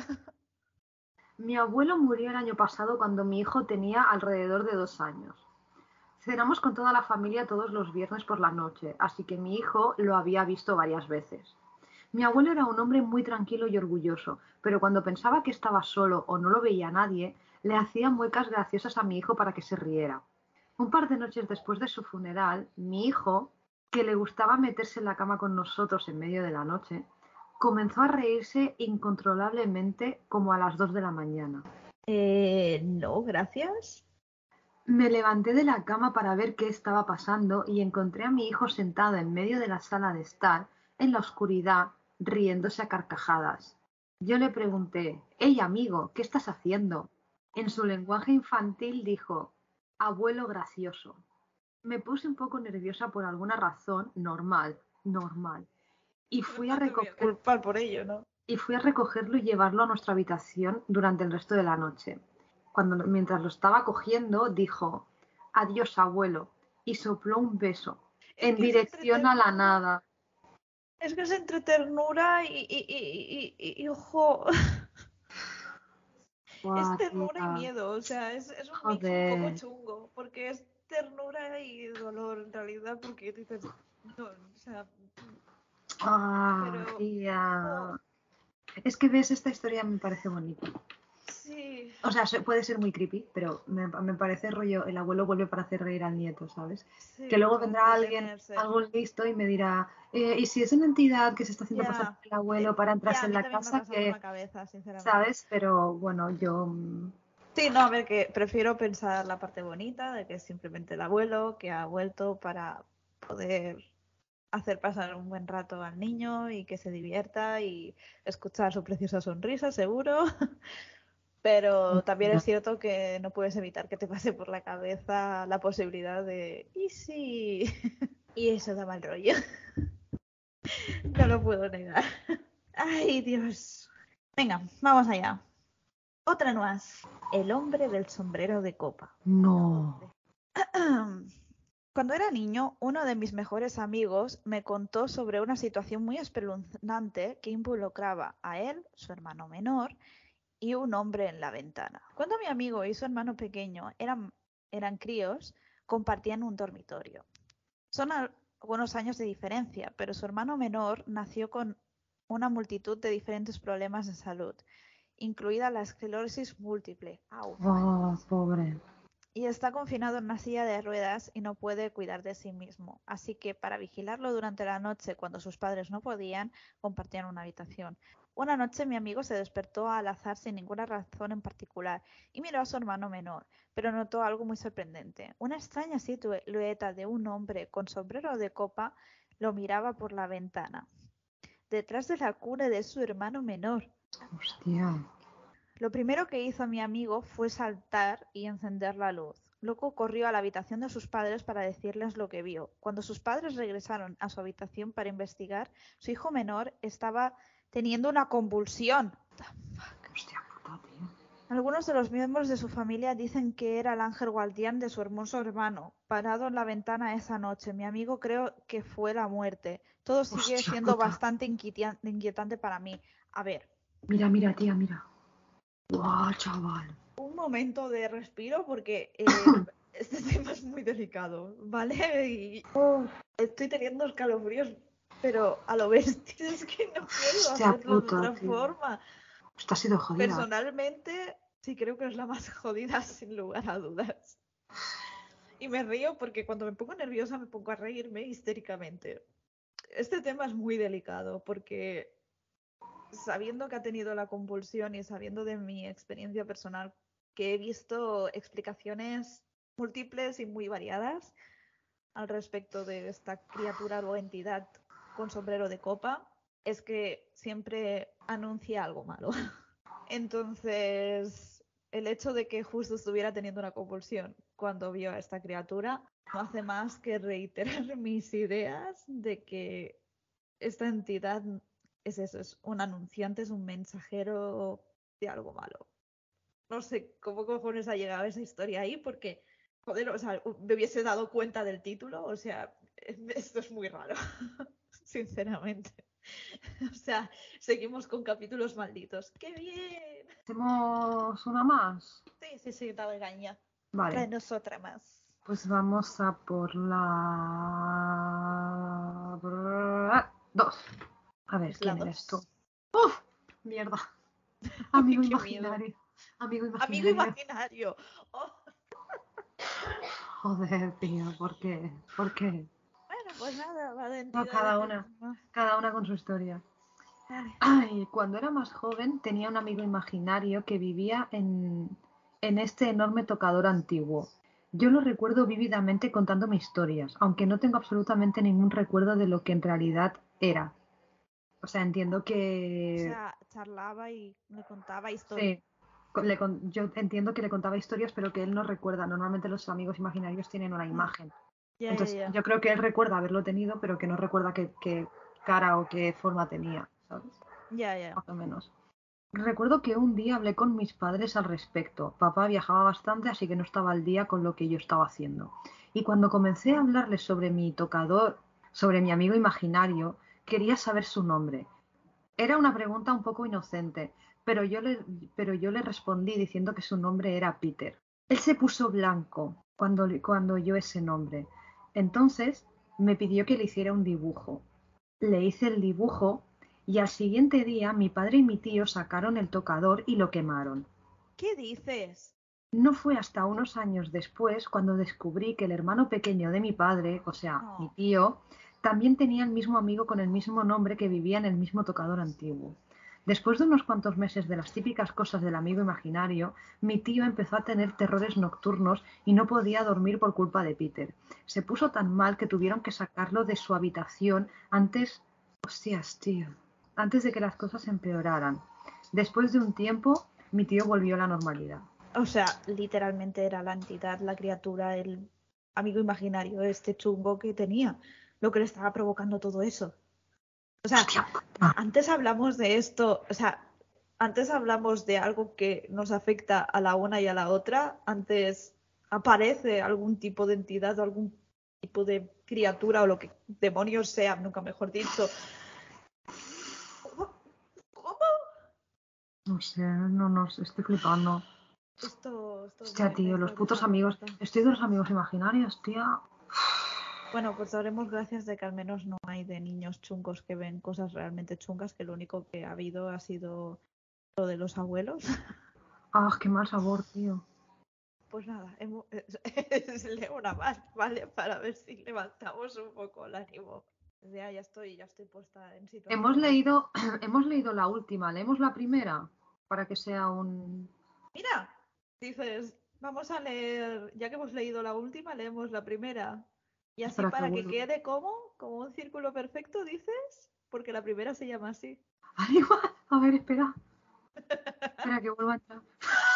Mi abuelo murió el año pasado cuando mi hijo tenía alrededor de dos años. Cenamos con toda la familia todos los viernes por la noche, así que mi hijo lo había visto varias veces. Mi abuelo era un hombre muy tranquilo y orgulloso, pero cuando pensaba que estaba solo o no lo veía nadie, le hacía muecas graciosas a mi hijo para que se riera. Un par de noches después de su funeral, mi hijo, que le gustaba meterse en la cama con nosotros en medio de la noche, comenzó a reírse incontrolablemente como a las dos de la mañana.
Eh, no, gracias.
Me levanté de la cama para ver qué estaba pasando y encontré a mi hijo sentado en medio de la sala de estar, en la oscuridad, riéndose a carcajadas. Yo le pregunté, «Hey, amigo, ¿qué estás haciendo?». En su lenguaje infantil dijo, «Abuelo gracioso». Me puse un poco nerviosa por alguna razón, normal, normal, y fui a
No te voy a
recoger,
culpar por ello, ¿no?
y fui a recogerlo y llevarlo a nuestra habitación durante el resto de la noche. Cuando, mientras lo estaba cogiendo, dijo, «Adiós, abuelo», y sopló un beso,
Es
en
que es entre
dirección a la
ternura.
nada.
Es que es entre ternura y, y, y, y, y ojo. Es
Buah,
ternura y
tía,
miedo, o sea, es, es un mix un poco
joder.
chungo, porque es ternura y dolor en realidad, porque dices, no, o sea,
Ah,
pero, jo,
tía. Es que ves, esta historia me parece bonita.
sí,
O sea, se- puede ser muy creepy, pero me, me parece rollo, el abuelo vuelve para hacer reír al nieto, ¿sabes? Que
sí,
luego
para
vendrá alguien,
entretenerse.
algún listo y me dirá, "Eh, ¿y si es una entidad que se está haciendo pasar
Ya,
por el abuelo
eh,
para
ya,
entrarse
a
en
mí
la
también me ha
casa?
pasado por
Que,
la cabeza, sinceramente.
¿sabes? Pero bueno, yo... mm,
Sí, no, a ver, que prefiero pensar la parte bonita de que es simplemente el abuelo que ha vuelto para poder hacer pasar un buen rato al niño y que se divierta y escuchar su preciosa sonrisa, seguro. Pero también es cierto que no puedes evitar que te pase por la cabeza la posibilidad de ¿y sí? Y eso da mal rollo. No lo puedo negar. Ay, Dios. Venga, vamos allá. Otra más. El hombre del sombrero de copa.
No.
Cuando era niño, uno de mis mejores amigos me contó sobre una situación muy espeluznante que involucraba a él, su hermano menor, y un hombre en la ventana. Cuando mi amigo y su hermano pequeño eran, eran críos, compartían un dormitorio. Son algunos años de diferencia, pero su hermano menor nació con una multitud de diferentes problemas de salud, incluida la esclerosis múltiple. ¡Au!
Oh, pobre.
Y está confinado en una silla de ruedas y no puede cuidar de sí mismo. Así que para vigilarlo durante la noche, cuando sus padres no podían, compartían una habitación. Una noche mi amigo se despertó al azar sin ninguna razón en particular y miró a su hermano menor, pero notó algo muy sorprendente. Una extraña silueta de un hombre con sombrero de copa lo miraba por la ventana, detrás de la cuna de su hermano menor.
Hostia.
Lo primero que hizo mi amigo fue saltar y encender la luz. Luego corrió a la habitación de sus padres para decirles lo que vio. Cuando sus padres regresaron a su habitación para investigar, su hijo menor estaba teniendo una convulsión. What the fuck?
Hostia puta, tío.
Algunos de los miembros de su familia dicen que era el ángel guardián de su hermoso hermano, parado en la ventana esa noche. Mi amigo creo que fue la muerte. Todo sigue
Hostia
siendo
puta.
bastante inquieta- inquietante para mí. A ver,
Mira, mira, tía, mira. Guau, chaval.
un momento de respiro porque eh, este tema es muy delicado, ¿vale? Y estoy teniendo escalofríos, pero a lo bestia es que no puedo
Hostia
hacerlo de
puta,
otra
tío.
forma.
Esto ha sido jodida.
Personalmente, sí creo que es la más jodida sin lugar a dudas. Y me río porque cuando me pongo nerviosa me pongo a reírme histéricamente. Este tema es muy delicado porque sabiendo que ha tenido la convulsión y sabiendo de mi experiencia personal que he visto explicaciones múltiples y muy variadas al respecto de esta criatura o entidad con sombrero de copa, es que siempre anuncia algo malo. Entonces, el hecho de que justo estuviera teniendo una convulsión cuando vio a esta criatura no hace más que reiterar mis ideas de que esta entidad es eso, es un anunciante, es un mensajero de algo malo. No sé cómo cojones ha llegado esa historia ahí, porque, joder, o sea, me hubiese dado cuenta del título, o sea, esto es muy raro, sinceramente. O sea, seguimos con capítulos malditos. ¡Qué bien!
¿Hacemos una más?
Sí, sí, sí, dale caña.
Vale.
Tráenos otra más.
Pues vamos a por la... Dos. A ver,
Pues la
¿quién eres tú?
dos.
¡Uf! Mierda. Amigo
Qué miedo.
imaginario. Amigo
Amigo
imaginario.
imaginario. Oh.
Joder, tío, ¿por qué? ¿Por qué?
Bueno, pues nada, va de
No,
entidades.
cada una. Cada una con su historia.
Vale.
Ay, cuando era más joven tenía un amigo imaginario que vivía en, en este enorme tocador antiguo. Yo lo recuerdo vívidamente contándome historias, aunque no tengo absolutamente ningún recuerdo de lo que en realidad era. O sea, entiendo
O
que...
sea, charlaba y le contaba historias.
Sí, co- le con- yo entiendo que le contaba historias, pero que él no recuerda. Normalmente los amigos imaginarios tienen una imagen.
Ya, ya,
Entonces,
ya.
yo creo que él recuerda haberlo tenido, pero que no recuerda qué, qué cara o qué forma tenía, ¿sabes?
Ya, ya.
Más o menos. Recuerdo que un día hablé con mis padres al respecto. Papá viajaba bastante, así que no estaba al día con lo que yo estaba haciendo. Y cuando comencé a hablarles sobre mi tocador, sobre mi amigo imaginario, quería saber su nombre. Era una pregunta un poco inocente, pero yo le, pero yo le respondí diciendo que su nombre era Peter. Él se puso blanco cuando, cuando oyó ese nombre. Entonces me pidió que le hiciera un dibujo. Le hice el dibujo y al siguiente día mi padre y mi tío sacaron el tocador y lo quemaron.
¿Qué dices?
No fue hasta unos años después cuando descubrí que el hermano pequeño de mi padre, o sea, mi
No.
tío, también tenía el mismo amigo con el mismo nombre que vivía en el mismo tocador antiguo. Después de unos cuantos meses de las típicas cosas del amigo imaginario, mi tío empezó a tener terrores nocturnos y no podía dormir por culpa de Peter. Se puso tan mal que tuvieron que sacarlo de su habitación antes... Hostias, tío. Antes de que las cosas empeoraran. Después de un tiempo, mi tío volvió a la normalidad.
O sea, literalmente era la entidad, la criatura, el amigo imaginario, este chungo que tenía, lo que le estaba provocando todo eso. O sea,
Hostia puta.
antes hablamos de esto, o sea, antes hablamos de algo que nos afecta a la una y a la otra, antes aparece algún tipo de entidad o algún tipo de criatura o lo que demonios sea, nunca mejor dicho. ¿Cómo?
No sé, no, no, estoy flipando.
Esto, esto
Hostia,
me, me
tío,
está
los putos
dejando
amigos.
fatal.
Estoy de los amigos imaginarios, tía.
Bueno, pues daremos gracias de que al menos no hay de niños chungos que ven cosas realmente chungas, que lo único que ha habido ha sido lo de los abuelos.
Ah, qué mal sabor, tío.
Pues nada, hemos, leo una más, ¿vale? Para ver si levantamos un poco el ánimo. Ya, ya estoy, ya estoy puesta en situación.
Hemos leído, hemos leído la última, leemos la primera para que sea un...
Mira, dices, vamos a leer, ya que hemos leído la última, leemos la primera. Y así
Espera que
para que
vuelvo.
quede como, ¿Como un círculo perfecto, dices? Porque la primera se llama así.
Ah, igual. A ver, espera. Espera, que vuelva a entrar.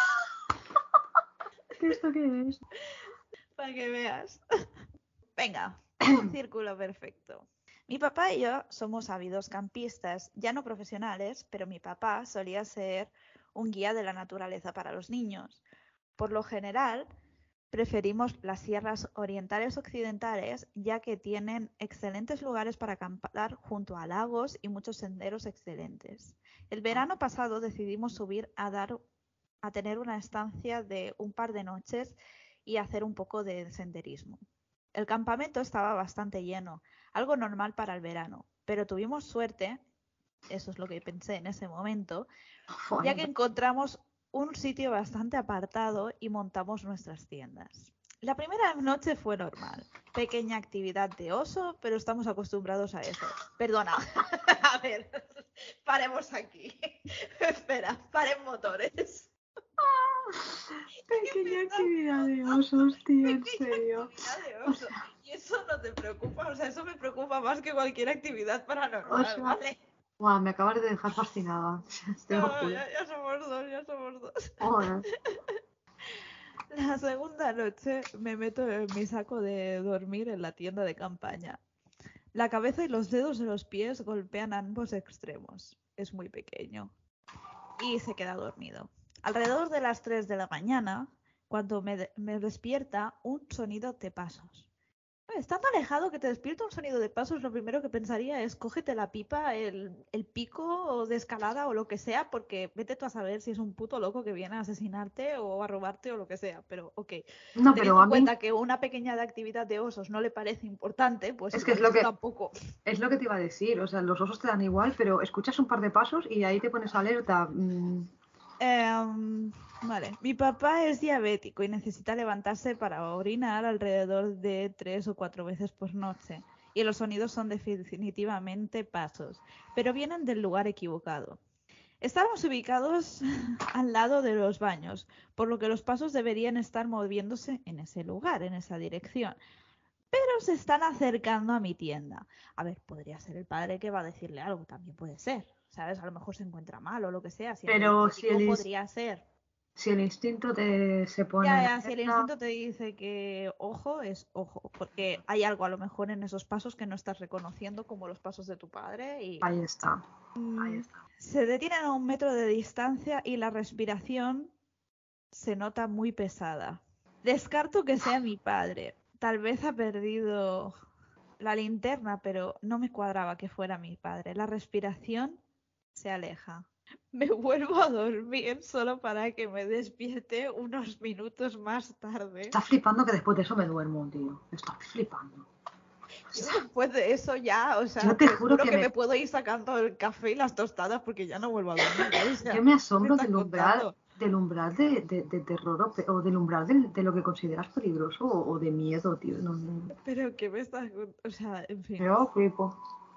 ¿Qué esto qué es?
Para que veas. Venga, un círculo perfecto. Mi papá y yo somos ávidos campistas, ya no profesionales, pero mi papá solía ser un guía de la naturaleza para los niños. Por lo general, preferimos las sierras orientales occidentales, ya que tienen excelentes lugares para acampar junto a lagos y muchos senderos excelentes. El verano pasado decidimos subir a dar a tener una estancia de un par de noches y hacer un poco de senderismo. El campamento estaba bastante lleno, algo normal para el verano, pero tuvimos suerte, eso es lo que pensé en ese momento, ya que encontramos un sitio bastante apartado y montamos nuestras tiendas. La primera noche fue normal, pequeña actividad de oso, pero estamos acostumbrados a eso. Perdona, a ver, paremos aquí. Espera, paren motores.
Pequeña actividad de osos, tío, en serio.
Actividad de oso. O sea, y eso no te preocupa, o sea, eso me preocupa más que cualquier actividad paranormal,
o sea,
¿vale?
Guau, me acabas de dejar fascinada. Te lo
No,
juro.
ya, ya somos dos, ya somos dos.
Joder.
La segunda noche me meto en mi saco de dormir en la tienda de campaña. La cabeza y los dedos de los pies golpean ambos extremos. Es muy pequeño. Y se queda dormido. Alrededor de las tres de la mañana, cuando me, de- me despierta un sonido de pasos. Estando alejado que te despierta un sonido de pasos, lo primero que pensaría es cógete la pipa, el, el pico de escalada o lo que sea, porque vete tú a saber si es un puto loco que viene a asesinarte o a robarte o lo que sea. Pero ok,
No,
teniendo
pero a
en
mí
cuenta que una pequeña actividad de osos no le parece importante, pues
es que es
igual
lo
esto
que
tampoco.
es lo que te iba a decir. O sea, los osos te dan igual, pero escuchas un par de pasos y ahí te pones alerta. Mm,
Em, vale, mi papá es diabético y necesita levantarse para orinar alrededor de tres o cuatro veces por noche. Y los sonidos son definitivamente pasos, pero vienen del lugar equivocado. Estamos ubicados al lado de los baños, por lo que los pasos deberían estar moviéndose en ese lugar, en esa dirección. Pero se están acercando a mi tienda. A ver, podría ser el padre que va a decirle algo, también puede ser. ¿Sabes? A lo mejor se encuentra mal o lo que sea. Si es
pero si
diabético,
el, ins-
podría ser.
si el instinto te se pone
Ya,
en
ya, si el
alerta,
instinto te dice que ojo, es ojo. Porque hay algo a lo mejor en esos pasos que no estás reconociendo como los pasos de tu padre y
ahí está. Ahí está.
se detienen a un metro de distancia y la respiración se nota muy pesada. Descarto que sea mi padre. Tal vez ha perdido la linterna, pero no me cuadraba que fuera mi padre. La respiración se aleja. Me vuelvo a dormir solo para que me despierte unos minutos más tarde.
Estás flipando que después de eso me duermo, tío. Estás flipando. O
Yo
sea,
después de eso ya, o sea,
yo te
te
juro
juro
que
que
me,
me puedo ir sacando el café y las tostadas porque ya no vuelvo a dormir, ¿eh? O sea,
yo me
¿qué me
asombro
estás
del umbral,
contando?
del umbral de, de, de terror o, pe- o del umbral del- de, lo que consideras peligroso o, o de miedo, tío. No, no.
Pero ¿qué me estás contando? O sea, en fin.
Yo flipo.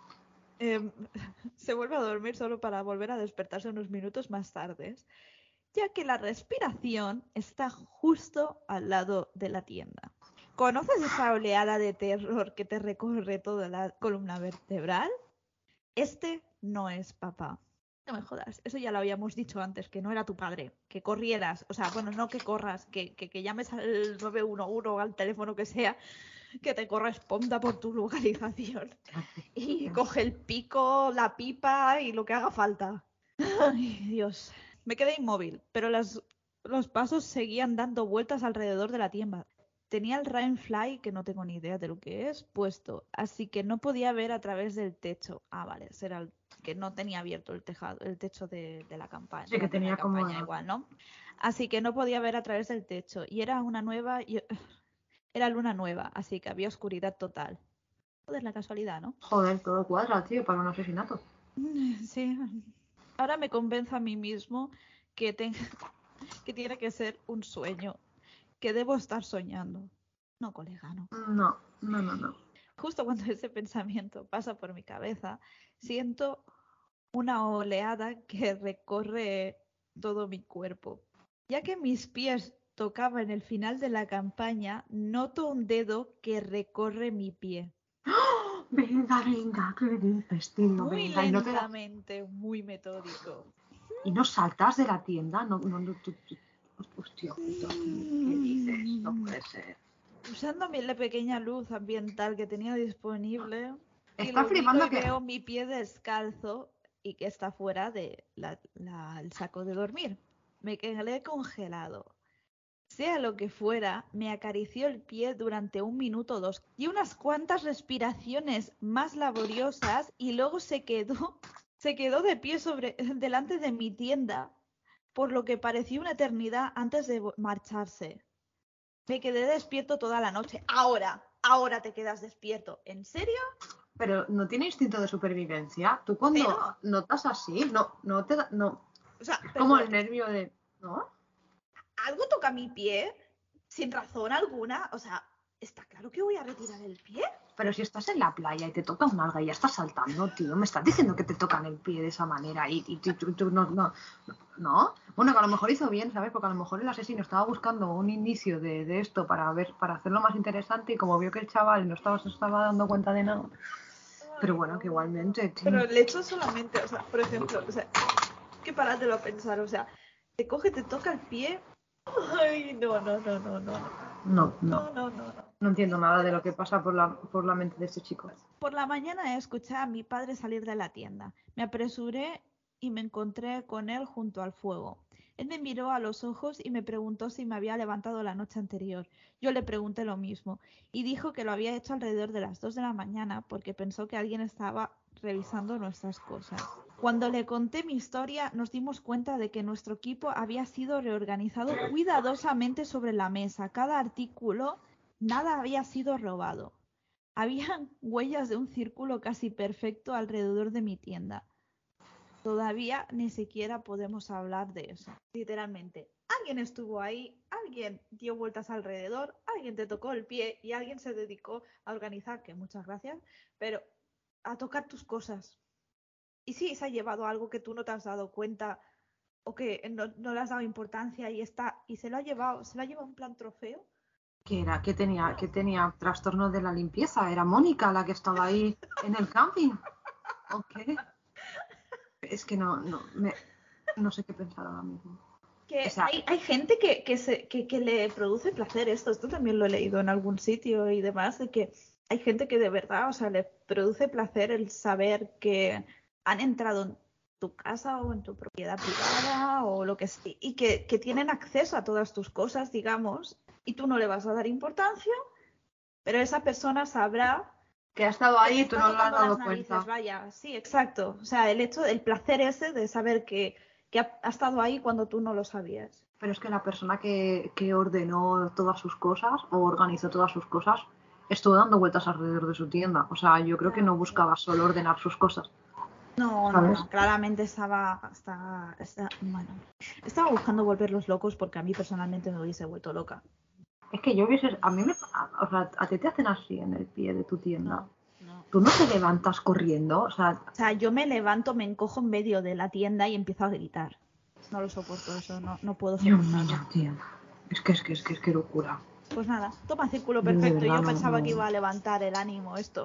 Em, se vuelve a dormir solo para volver a despertarse unos minutos más tarde, ya que la respiración está justo al lado de la tienda. ¿Conoces esa oleada de terror que te recorre toda la columna vertebral? Este no es papá. No me jodas, eso ya lo habíamos dicho antes, que no era tu padre, que corrieras, o sea, bueno, no que corras, que, que, que llames al nueve uno uno o al teléfono que sea, que te corresponda por tu localización. Y coge el pico, la pipa y lo que haga falta. Ay, Dios. Me quedé inmóvil, pero las, los pasos seguían dando vueltas alrededor de la tienda. Tenía el Rainfly, que no tengo ni idea de lo que es, puesto, así que no podía ver a través del techo. Ah, vale, será el que no tenía abierto el tejado, el techo de, de la campaña,
Sí,
de
que
la tienda de
tenía como...
campaña igual, ¿no? Así que no podía ver a través del techo. Y era una nueva, y- era luna nueva, así que había oscuridad total. Joder, la casualidad, ¿no?
Joder, todo cuadra, tío, para un asesinato.
Sí. Ahora me convenzo a mí mismo que, ten- que tiene que ser un sueño, que debo estar soñando. No, colega, no.
No, no, no, no.
Justo cuando ese pensamiento pasa por mi cabeza, siento una oleada que recorre todo mi cuerpo. Ya que mis pies tocaban el final de la campaña, noto un dedo que recorre mi pie.
Venga, venga, ¿qué dices, tío?
Muy
Venga, y no te da-
lentamente, muy metódico.
y no saltas de la tienda, no, no, no, tú- tú- hostia puta, ¿qué dices? No puede ser.
Usando mi la pequeña luz ambiental que tenía disponible,
Está
ilumino
flipando
y
que...
veo mi pie descalzo y que está fuera de la, la- el saco de dormir. Me quedé congelado. Sea lo que fuera, me acarició el pie durante un minuto o dos y unas cuantas respiraciones más laboriosas y luego se quedó, se quedó de pie sobre, delante de mi tienda, por lo que pareció una eternidad antes de vo- marcharse. Me quedé despierto toda la noche. Ahora, ahora te quedas despierto. ¿En serio?
Pero no tiene instinto de supervivencia. Tú cuando
Pero,
notas así, no, no te da, no,
o sea,
es
pero
como
por-
el nervio de, ¿no?
algo toca mi pie sin razón alguna. O sea, ¿está claro que voy a retirar el pie?
Pero si estás en la playa y te toca un alga y ya estás saltando, tío, me estás diciendo que te tocan el pie de esa manera y, y tú, tú- tú no, no, no. Bueno, que a lo mejor hizo bien, ¿sabes? Porque a lo mejor el asesino estaba buscando un indicio de, de esto para ver, para hacerlo más interesante y como vio que el chaval no estaba, se estaba dando cuenta de nada. Pero bueno, que igualmente, tío.
Pero el hecho solamente, o sea, por ejemplo, o sea, que párate a pensar, o sea, te coge, te toca el pie. Ay, no, no, no, no, no,
No, no.
no, no, no, no.
No entiendo nada de lo que pasa por la, por la mente de este chico.
Por la mañana escuché a mi padre salir de la tienda. Me apresuré y me encontré con él junto al fuego. Él me miró a los ojos y me preguntó si me había levantado la noche anterior. Yo le pregunté lo mismo y dijo que lo había hecho alrededor de las dos de la mañana porque pensó que alguien estaba revisando nuestras cosas. Cuando le conté mi historia, nos dimos cuenta de que nuestro equipo había sido reorganizado cuidadosamente sobre la mesa. Cada artículo, nada había sido robado. Habían huellas de un círculo casi perfecto alrededor de mi tienda. Todavía ni siquiera podemos hablar de eso. Literalmente, alguien estuvo ahí, alguien dio vueltas alrededor, alguien te tocó el pie y alguien se dedicó a organizar, que muchas gracias, pero a tocar tus cosas. Y sí, se ha llevado algo que tú no te has dado cuenta o que no, no le has dado importancia y está y se lo ha llevado, se lo ha llevado en plan trofeo.
¿Qué era? ¿Qué tenía? ¿Qué tenía trastorno de la limpieza? ¿Era Mónica la que estaba ahí en el camping? ¿O qué? Es que no, no, me, no sé qué pensar ahora mismo.
Que
O sea,
hay, hay gente que, que, se, que, que le produce placer esto, esto también lo he leído en algún sitio y demás, de que hay gente que de verdad, o sea, le produce placer el saber que han entrado en tu casa o en tu propiedad privada o lo que sea, y que, que tienen acceso a todas tus cosas, digamos, y tú no le vas a dar importancia, pero esa persona sabrá
que ha estado
que
ahí
te
y tú
está
no lo has
tocando las
dado
narices,
cuenta.
vaya, sí, exacto. O sea, el hecho, el placer ese de saber que, que ha, ha estado ahí cuando tú no lo sabías.
Pero es que la persona que, que ordenó todas sus cosas o organizó todas sus cosas estuvo dando vueltas alrededor de su tienda. O sea, yo creo que no buscaba solo ordenar sus cosas.
No, no,
¿Sabes?
no, claramente estaba, estaba, estaba, bueno, estaba buscando volverlos locos porque a mí personalmente me hubiese vuelto loca.
Es que yo hubiese, a mí me, o sea, a ti te hacen así en el pie de tu tienda.
No, no.
Tú no te levantas corriendo, o sea,
O sea, yo me levanto, me encojo en medio de la tienda y empiezo a gritar. No lo soporto eso, no, no puedo
Dios
soportarlo.
mío, tío. Es que es que es que es que locura.
Pues nada, toma círculo
Yo de
perfecto.
verdad
Yo
no,
pensaba
no.
que iba a levantar el ánimo esto.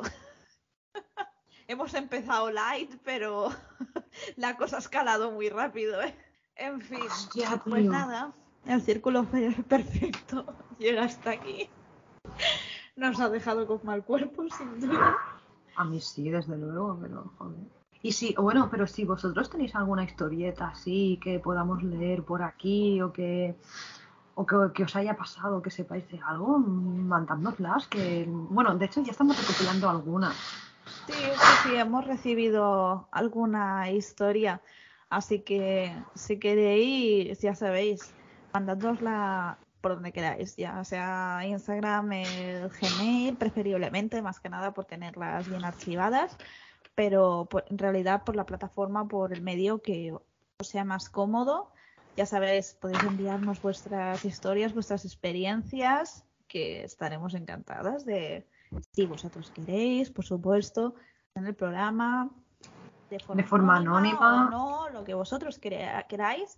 Hemos empezado light, pero la cosa ha escalado muy rápido, ¿eh? En fin,
Hostia,
pues
tío.
nada, el círculo perfecto llega hasta aquí. Nos ha dejado con mal cuerpo, sin duda.
A mí sí, desde luego, pero joder. Y sí, bueno, pero si vosotros tenéis alguna historieta así que podamos leer por aquí o que o que, que os haya pasado, que sepáis de algo, mandádnoslas, que bueno, de hecho ya estamos recopilando algunas.
Sí, sí, sí, hemos recibido alguna historia, así que si queréis, ya sabéis, mandadnosla por donde queráis, ya sea Instagram, el Gmail, preferiblemente, más que nada por tenerlas bien archivadas, pero por- en realidad por la plataforma, por el medio que os sea más cómodo. Ya sabéis, podéis enviarnos vuestras historias, vuestras experiencias, que estaremos encantadas de, si vosotros queréis, por supuesto, en el programa, de forma,
De forma
anónima
anónima.
o no, lo que vosotros queráis.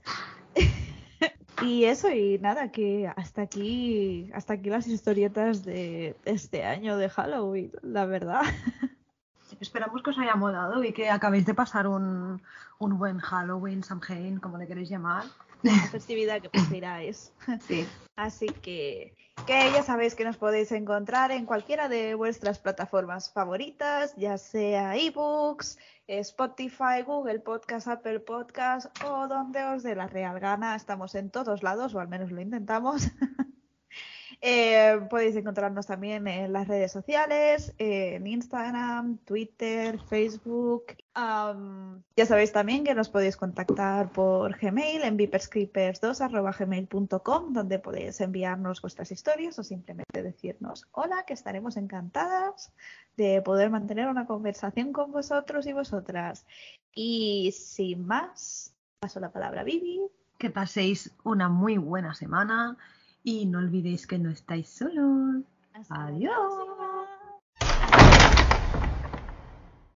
Y eso, y nada, que hasta aquí, hasta aquí las historietas de este año de Halloween, la verdad.
Esperamos que os haya molado y que acabéis de pasar un, un buen Halloween, Samhain, como le queréis llamar.
La festividad que prefieráis.
Sí.
Así que, que ya sabéis que nos podéis encontrar en cualquiera de vuestras plataformas favoritas, ya sea ebooks, Spotify, Google Podcast, Apple Podcast o donde os dé la real gana. Estamos en todos lados, o al menos lo intentamos. Eh, podéis encontrarnos también en las redes sociales, en Instagram, Twitter, Facebook. Um, ya sabéis también que nos podéis contactar por Gmail en viperscreepers dos arroba gmail punto com, donde podéis enviarnos vuestras historias o simplemente decirnos hola, que estaremos encantadas de poder mantener una conversación con vosotros y vosotras. Y sin más, paso la palabra a Vivi.
Que paséis una muy buena semana y no olvidéis que no estáis solos.
Hasta
Adiós.